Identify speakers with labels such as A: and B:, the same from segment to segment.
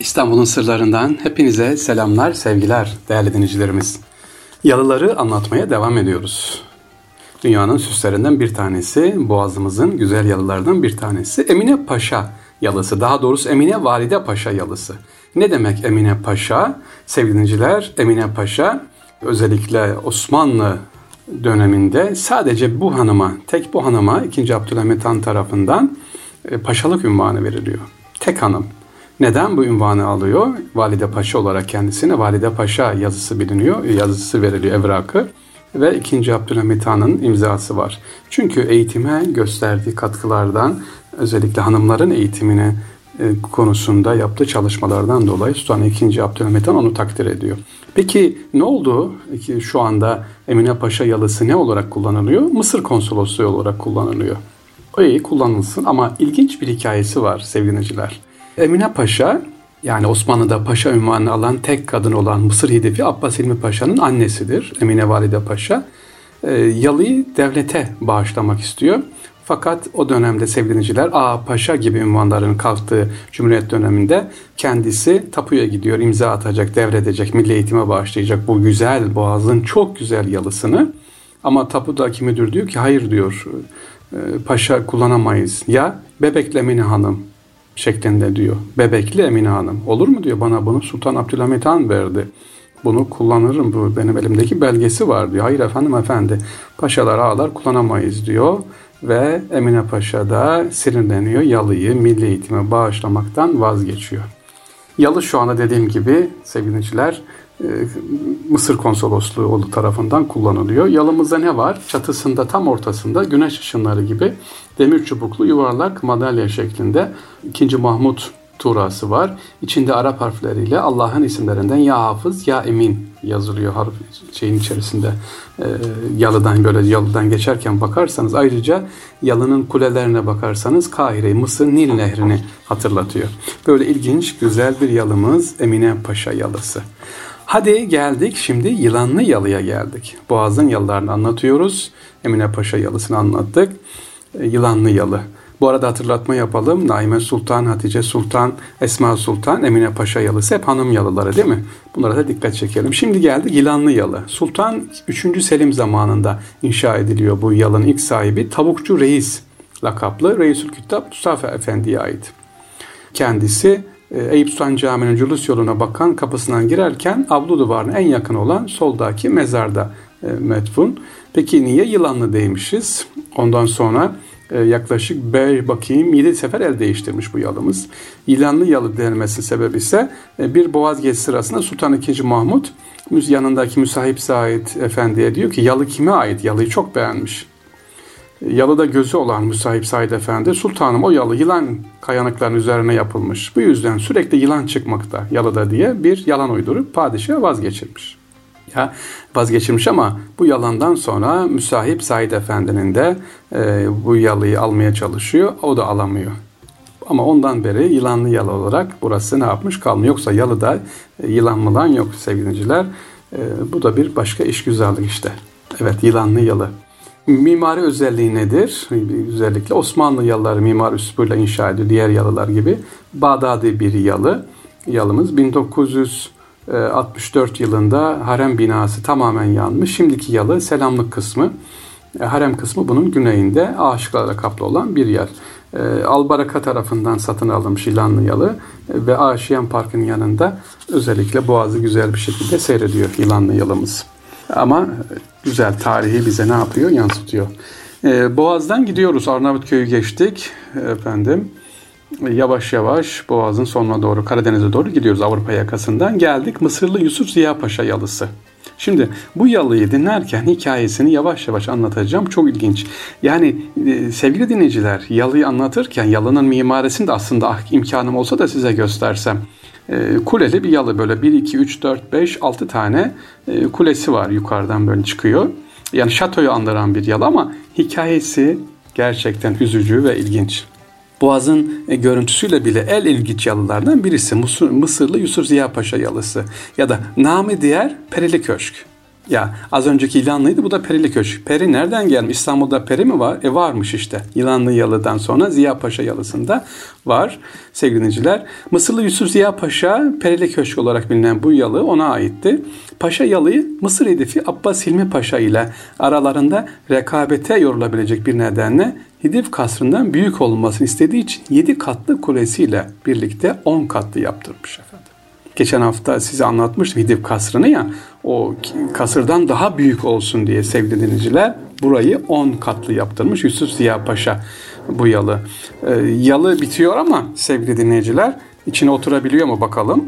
A: İstanbul'un sırlarından hepinize selamlar, sevgiler değerli dinleyicilerimiz. Yalıları anlatmaya devam ediyoruz. Dünyanın süslerinden bir tanesi, Boğazımızın güzel yalılardan bir tanesi Emine Paşa yalısı. Daha doğrusu Emine Valide Paşa yalısı. Ne demek Emine Paşa? Sevgili dinleyiciler, Emine Paşa özellikle Osmanlı döneminde sadece bu hanıma, tek bu hanıma 2. Abdülhamit Han tarafından paşalık unvanı veriliyor. Tek hanım. Neden bu unvanı alıyor? Valide Paşa olarak kendisine Valide Paşa yazısı biliniyor, yazısı veriliyor, evrakı ve 2. Abdülhamit Han'ın imzası var. Çünkü eğitime gösterdiği katkılardan, özellikle hanımların eğitimine konusunda yaptığı çalışmalardan dolayı Sultan II. Abdülhamit Han onu takdir ediyor. Peki ne oldu? Şu anda Emine Paşa yalısı ne olarak kullanılıyor? Mısır Konsolosluğu olarak kullanılıyor. O iyi kullanılsın ama ilginç bir hikayesi var sevgili dinleyiciler. Emine Paşa, yani Osmanlı'da paşa unvanını alan tek kadın olan Mısır Hidifi Abbas Hilmi Paşa'nın annesidir Emine Valide Paşa. Yalıyı devlete bağışlamak istiyor. Fakat o dönemde sevgili dinleyiciler Ağa Paşa gibi unvanların kalktığı Cumhuriyet döneminde kendisi tapuya gidiyor, imza atacak, devredecek, milli eğitime bağışlayacak bu güzel Boğaz'ın çok güzel yalısını. Ama müdür diyor ki hayır diyor, paşa kullanamayız. Ya Bebekli Emine Hanım şeklinde diyor. Bebekli Emine Hanım. Olur mu diyor, bana bunu Sultan Abdülhamit Han verdi. Bunu kullanırım, bu benim elimdeki belgesi var diyor. Hayır efendi, paşalar ağalar kullanamayız diyor. Ve Emine Paşa da sinirleniyor, yalıyı milli eğitime bağışlamaktan vazgeçiyor. Yalı şu anda dediğim gibi sevgili dinleyiciler Mısır Konsolosluğu tarafından kullanılıyor. Yalımızda ne var? Çatısında tam ortasında güneş ışınları gibi demir çubuklu yuvarlak madalya şeklinde 2. Mahmut tuğrası var. İçinde Arap harfleriyle Allah'ın isimlerinden Ya Hafız, Ya Emin yazılıyor şeyin içerisinde. Yalıdan geçerken bakarsanız, ayrıca yalının kulelerine bakarsanız Kahire, Mısır, Nil Nehri'ni hatırlatıyor. Böyle ilginç, güzel bir yalımız Emine Paşa yalısı. Hadi geldik şimdi Yılanlı Yalı'ya geldik. Boğaz'ın yalılarını anlatıyoruz. Emine Paşa yalısını anlattık. Yılanlı Yalı. Bu arada hatırlatma yapalım. Naime Sultan, Hatice Sultan, Esma Sultan, Emine Paşa yalısı hep hanım yalıları değil mi? Bunlara da dikkat çekelim. Şimdi geldik Yılanlı Yalı. Sultan 3. Selim zamanında inşa ediliyor bu yalının ilk sahibi. Tavukçu Reis lakaplı Reisülküttab Mustafa Efendi'ye ait. Kendisi Eyüp Sultan Camii'nin Culus yoluna bakan kapısından girerken avlu duvarına en yakın olan soldaki mezarda metfun. Peki niye Yılanlı demişiz? Ondan sonra yaklaşık 7 sefer el değiştirmiş bu yalımız. Yılanlı Yalı denilmesinin sebebi ise bir boğaz gezisi sırasında Sultan II. Mahmut yanındaki Müsahip Said Efendi'ye diyor ki yalı kime ait? Yalıyı çok beğenmiş. Yalıda gözü olan Müsahip Said Efendi, sultanım o yalı yılan kayanıkların üzerine yapılmış. Bu yüzden sürekli yılan çıkmakta yalıda diye bir yalan uydurup padişahı vazgeçirmiş ama bu yalandan sonra Müsahip Said Efendi'nin de bu yalıyı almaya çalışıyor. O da alamıyor. Ama ondan beri Yılanlı Yalı olarak burası ne yapmış kalmıyor. Yoksa yalıda yılan yok sevgili dinleyiciler. Bu da bir başka işgüzarlık işte. Evet, Yılanlı Yalı. Mimari özelliği nedir? Özellikle Osmanlı yalıları mimari üslubuyla inşa ediyor. Diğer yalılar gibi. Bağdadi bir yalı. Yalımız 1964 yılında harem binası tamamen yanmış. Şimdiki yalı selamlık kısmı. Harem kısmı bunun güneyinde ağaçlarla kaplı olan bir yer. Albaraka tarafından satın alınmış Yılanlı Yalı ve Aşiyan Park'ın yanında özellikle Boğaz'ı güzel bir şekilde seyrediyor Yılanlı Yalımız. Ama güzel tarihi bize ne yapıyor? Yansıtıyor. Boğaz'dan gidiyoruz. Arnavutköy'ü geçtik. Yavaş yavaş Boğaz'ın sonuna doğru, Karadeniz'e doğru gidiyoruz Avrupa yakasından. Geldik Mısırlı Yusuf Ziya Paşa yalısı. Şimdi bu yalıyı dinlerken hikayesini yavaş yavaş anlatacağım. Çok ilginç. Yani sevgili dinleyiciler, yalıyı anlatırken yalının mimarisini de aslında imkanım olsa da size göstersem. Kuleli bir yalı, böyle 1, 2, 3, 4, 5, 6 tane kulesi var, yukarıdan böyle çıkıyor. Yani şatoyu andıran bir yalı ama hikayesi gerçekten üzücü ve ilginç. Boğaz'ın görüntüsüyle bile en ilginç yalılardan birisi Mısırlı Yusuf Ziya Paşa yalısı ya da namı diğer Perili Köşk. Ya az önceki İlhanlıydı, bu da Perili Köşk. Peri nereden gelmiş? İstanbul'da peri mi var? Varmış işte. İlhanlı Yalı'dan sonra Ziya Paşa Yalısı'nda var sevgili dinleyiciler. Mısırlı Yusuf Ziya Paşa Perili Köşk olarak bilinen bu yalı ona aitti. Paşa Yalı'yı Mısır hedefi Abbas Hilmi Paşa ile aralarında rekabete yorulabilecek bir nedenle Hidiv kasrından büyük olmasını istediği için 7 katlı kulesiyle birlikte 10 katlı yaptırmış efendim. Geçen hafta size anlatmıştım Hidiv kasrını ya, o kasırdan daha büyük olsun diye sevgili dinleyiciler burayı 10 katlı yaptırmış Yusuf Ziya Paşa bu yalı. Yalı bitiyor ama sevgili dinleyiciler içine oturabiliyor mu bakalım.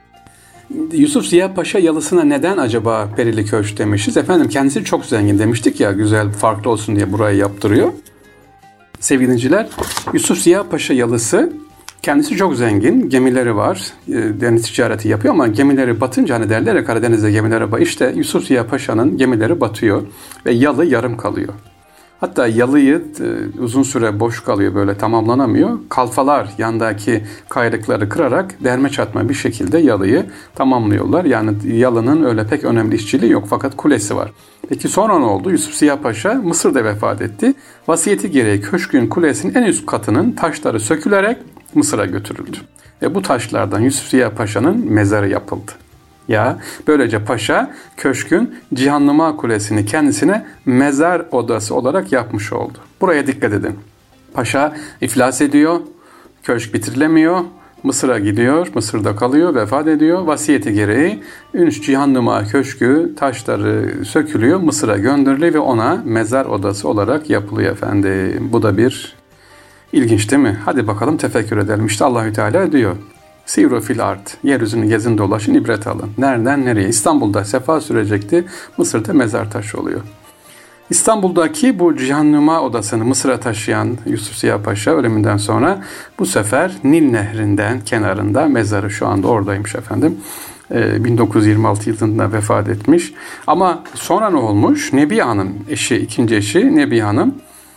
A: Yusuf Ziya Paşa yalısına neden acaba Perili Köşk demişiz? Efendim kendisi çok zengin demiştik ya, güzel farklı olsun diye burayı yaptırıyor. Sevgili dinleyiciler, Yusuf Ziya Paşa yalısı kendisi çok zengin, gemileri var, deniz ticareti yapıyor ama gemileri batınca hani derler ya Karadeniz'de gemileri batıyor. İşte Yusuf Ziya Paşa'nın gemileri batıyor ve yalı yarım kalıyor. Hatta yalıyı uzun süre boş kalıyor, böyle tamamlanamıyor. Kalfalar yandaki kayrıkları kırarak derme çatma bir şekilde yalıyı tamamlıyorlar. Yani yalının öyle pek önemli işçiliği yok fakat kulesi var. Peki sonra ne oldu? Yusuf Ziya Paşa Mısır'da vefat etti. Vasiyeti gereği köşkün kulesinin en üst katının taşları sökülerek Mısır'a götürüldü. Ve bu taşlardan Yusuf Ziya Paşa'nın mezarı yapıldı. Ya böylece paşa köşkün Cihanlıma Kulesi'ni kendisine mezar odası olarak yapmış oldu. Buraya dikkat edin. Paşa iflas ediyor, köşk bitirilemiyor, Mısır'a gidiyor, Mısır'da kalıyor, vefat ediyor. Vasiyeti gereği Ünç Cihanlıma Köşkü taşları sökülüyor, Mısır'a gönderiliyor ve ona mezar odası olarak yapılıyor efendim. Bu da bir ilginç değil mi? Hadi bakalım tefekkür edelim. İşte Allahü Teala diyor. Siru fil ard. Yeryüzünü gezin dolaşın, ibret alın. Nereden nereye? İstanbul'da sefa sürecekti. Mısır'da mezar taşı oluyor. İstanbul'daki bu Cihanlıma odasını Mısır'a taşıyan Yusuf Ziya Paşa ölümünden sonra bu sefer Nil Nehri'nden kenarında mezarı şu anda oradaymış efendim. 1926 yılında vefat etmiş. Ama sonra ne olmuş? Nebiye Hanım eşi, ikinci eşi Nebiye Hanım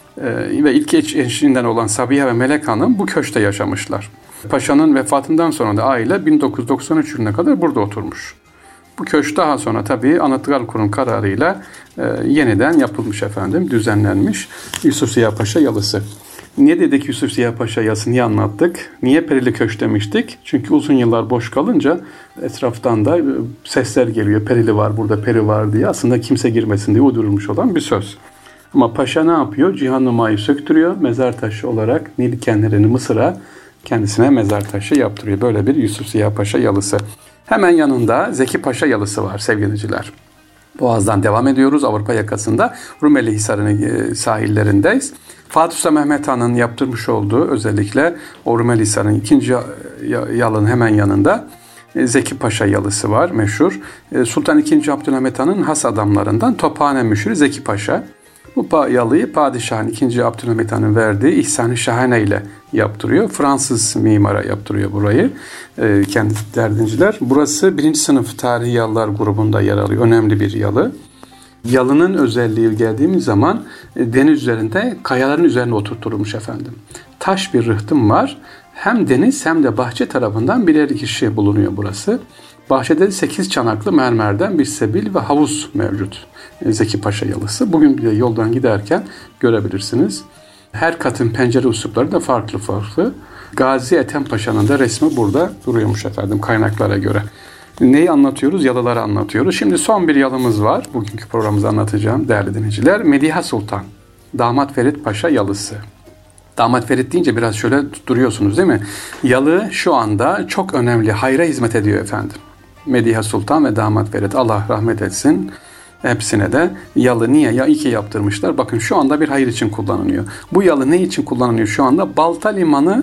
A: ve ilk eşinden olan Sabiha ve Melek Hanım bu köşkte yaşamışlar. Paşa'nın vefatından sonra da aile 1993 yılına kadar burada oturmuş. Bu köşk daha sonra tabii Anıtlar Kurum kararıyla yeniden yapılmış efendim, düzenlenmiş Yusuf Ziya Paşa yalısı. Niye dedik Yusuf Ziya Paşa yalısı, niye anlattık? Niye Perili Köşk demiştik? Çünkü uzun yıllar boş kalınca etraftan da sesler geliyor. Perili var burada, peri var diye. Aslında kimse girmesin diye uydurulmuş olan bir söz. Ama paşa ne yapıyor? Cihanlımayı söktürüyor. Mezar taşı olarak Nil kenarını Mısır'a kendisine mezar taşı yaptırıyor. Böyle bir Yusuf Ziya Paşa yalısı. Hemen yanında Zeki Paşa yalısı var sevgili dinleyiciler. Boğaz'dan devam ediyoruz. Avrupa yakasında Rumeli Hisarı'nın sahillerindeyiz. Fatih Sultan Mehmet Han'ın yaptırmış olduğu özellikle o Rumeli Hisarı'nın ikinci yalının hemen yanında Zeki Paşa yalısı var meşhur. Sultan II. Abdülhamit Han'ın has adamlarından Tophane müşiri Zeki Paşa. Bu yalıyı Padişah'ın 2. Abdülhamit Han'ın verdiği İhsan-ı Şahane ile yaptırıyor. Fransız mimara yaptırıyor burayı kendi derdinciler. Burası 1. sınıf tarihi yalılar grubunda yer alıyor. Önemli bir yalı. Yalının özelliği geldiğimiz zaman deniz üzerinde, kayaların üzerine oturtulmuş efendim. Taş bir rıhtım var. Hem deniz hem de bahçe tarafından birer kişi bulunuyor burası. Bahçede 8 çanaklı mermerden bir sebil ve havuz mevcut. Zeki Paşa yalısı. Bugün bile yoldan giderken görebilirsiniz. Her katın pencere uslupları da farklı farklı. Gazi Ethem Paşa'nın da resmi burada duruyormuş efendim kaynaklara göre. Neyi anlatıyoruz? Yalıları anlatıyoruz. Şimdi son bir yalımız var. Bugünkü programımızda anlatacağım değerli dinleyiciler. Mediha Sultan, Damat Ferit Paşa yalısı. Damat Ferit deyince biraz şöyle duruyorsunuz değil mi? Yalı şu anda çok önemli, hayra hizmet ediyor efendim. Mediha Sultan ve Damat Ferit, Allah rahmet etsin. Hepsine de yalı niye? Ya iki yaptırmışlar. Bakın şu anda bir hayır için kullanılıyor. Bu yalı ne için kullanılıyor şu anda? Balta Limanı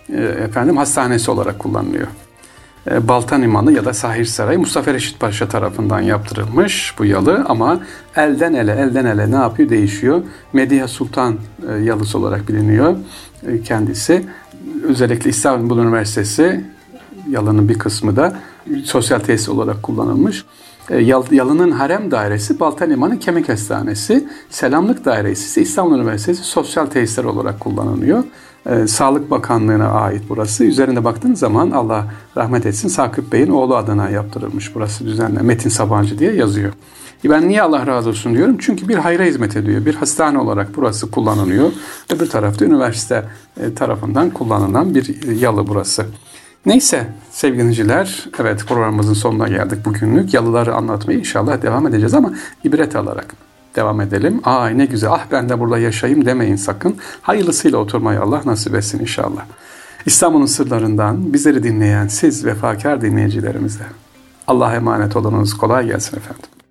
A: hastanesi olarak kullanılıyor. Balta Limanı ya da Sahir Sarayı Mustafa Reşit Paşa tarafından yaptırılmış bu yalı ama elden ele ne yapıyor? Değişiyor. Mediha Sultan yalısı olarak biliniyor kendisi. Özellikle İstanbul Üniversitesi yalının bir kısmı da sosyal tesis olarak kullanılmış. Yalının harem dairesi Balta Limanı Kemik Hastanesi, Selamlık dairesi ise İstanbul Üniversitesi sosyal tesisler olarak kullanılıyor. Sağlık Bakanlığı'na ait burası. Üzerinde baktığın zaman Allah rahmet etsin Sakıp Bey'in oğlu adına yaptırılmış burası düzenle. Metin Sabancı diye yazıyor. Ben niye Allah razı olsun diyorum? Çünkü bir hayra hizmet ediyor. Bir hastane olarak burası kullanılıyor. Öbür tarafta üniversite tarafından kullanılan bir yalı burası. Neyse sevgili dinleyiciler, evet programımızın sonuna geldik bugünlük. Yalıları anlatmaya inşallah devam edeceğiz ama ibret alarak devam edelim. Ne güzel, ben de burada yaşayayım demeyin sakın. Hayırlısıyla oturmayı Allah nasip etsin inşallah. İstanbul'un sırlarından bizleri dinleyen siz vefakar dinleyicilerimize Allah'a emanet olunuz. Kolay gelsin efendim.